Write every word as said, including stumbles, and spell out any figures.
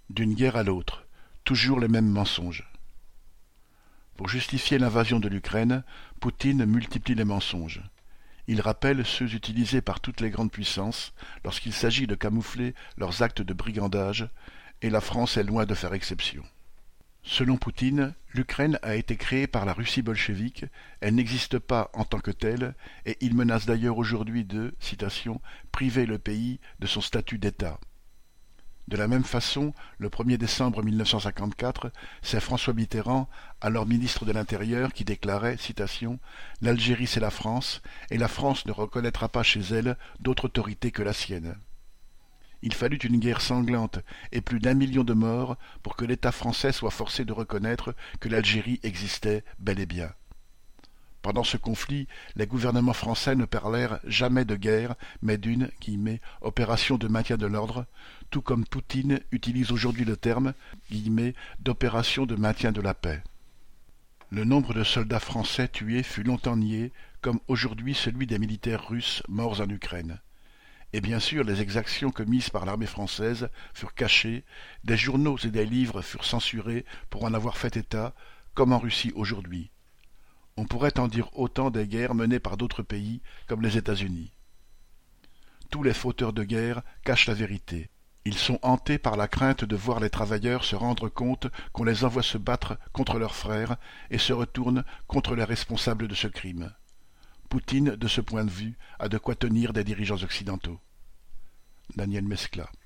D'une guerre à l'autre, toujours les mêmes mensonges. Pour justifier l'invasion de l'Ukraine, Poutine multiplie les mensonges. Il rappelle ceux utilisés par toutes les grandes puissances lorsqu'il s'agit de camoufler leurs actes de brigandage, et la France est loin de faire exception. Selon Poutine, l'Ukraine a été créée par la Russie bolchevique, elle n'existe pas en tant que telle, et il menace d'ailleurs aujourd'hui de, citation, « priver le pays de son statut d'État ». De la même façon, le premier décembre mille neuf cent cinquante-quatre, c'est François Mitterrand, alors ministre de l'Intérieur, qui déclarait, citation, « L'Algérie c'est la France, et la France ne reconnaîtra pas chez elle d'autre autorité que la sienne ». Il fallut une guerre sanglante et plus d'un million de morts pour que l'État français soit forcé de reconnaître que l'Algérie existait bel et bien. Pendant ce conflit, les gouvernements français ne parlèrent jamais de guerre, mais d'une guillemets, « opération de maintien de l'ordre », tout comme Poutine utilise aujourd'hui le terme guillemets, « d'opération de maintien de la paix ». Le nombre de soldats français tués fut longtemps nié, comme aujourd'hui celui des militaires russes morts en Ukraine. Et bien sûr, les exactions commises par l'armée française furent cachées, des journaux et des livres furent censurés pour en avoir fait état, comme en Russie aujourd'hui. On pourrait en dire autant des guerres menées par d'autres pays, comme les États-Unis. Tous les fauteurs de guerre cachent la vérité. Ils sont hantés par la crainte de voir les travailleurs se rendre compte qu'on les envoie se battre contre leurs frères et se retournent contre les responsables de ce crime. Poutine, de ce point de vue, a de quoi tenir des dirigeants occidentaux. Daniel Mescla.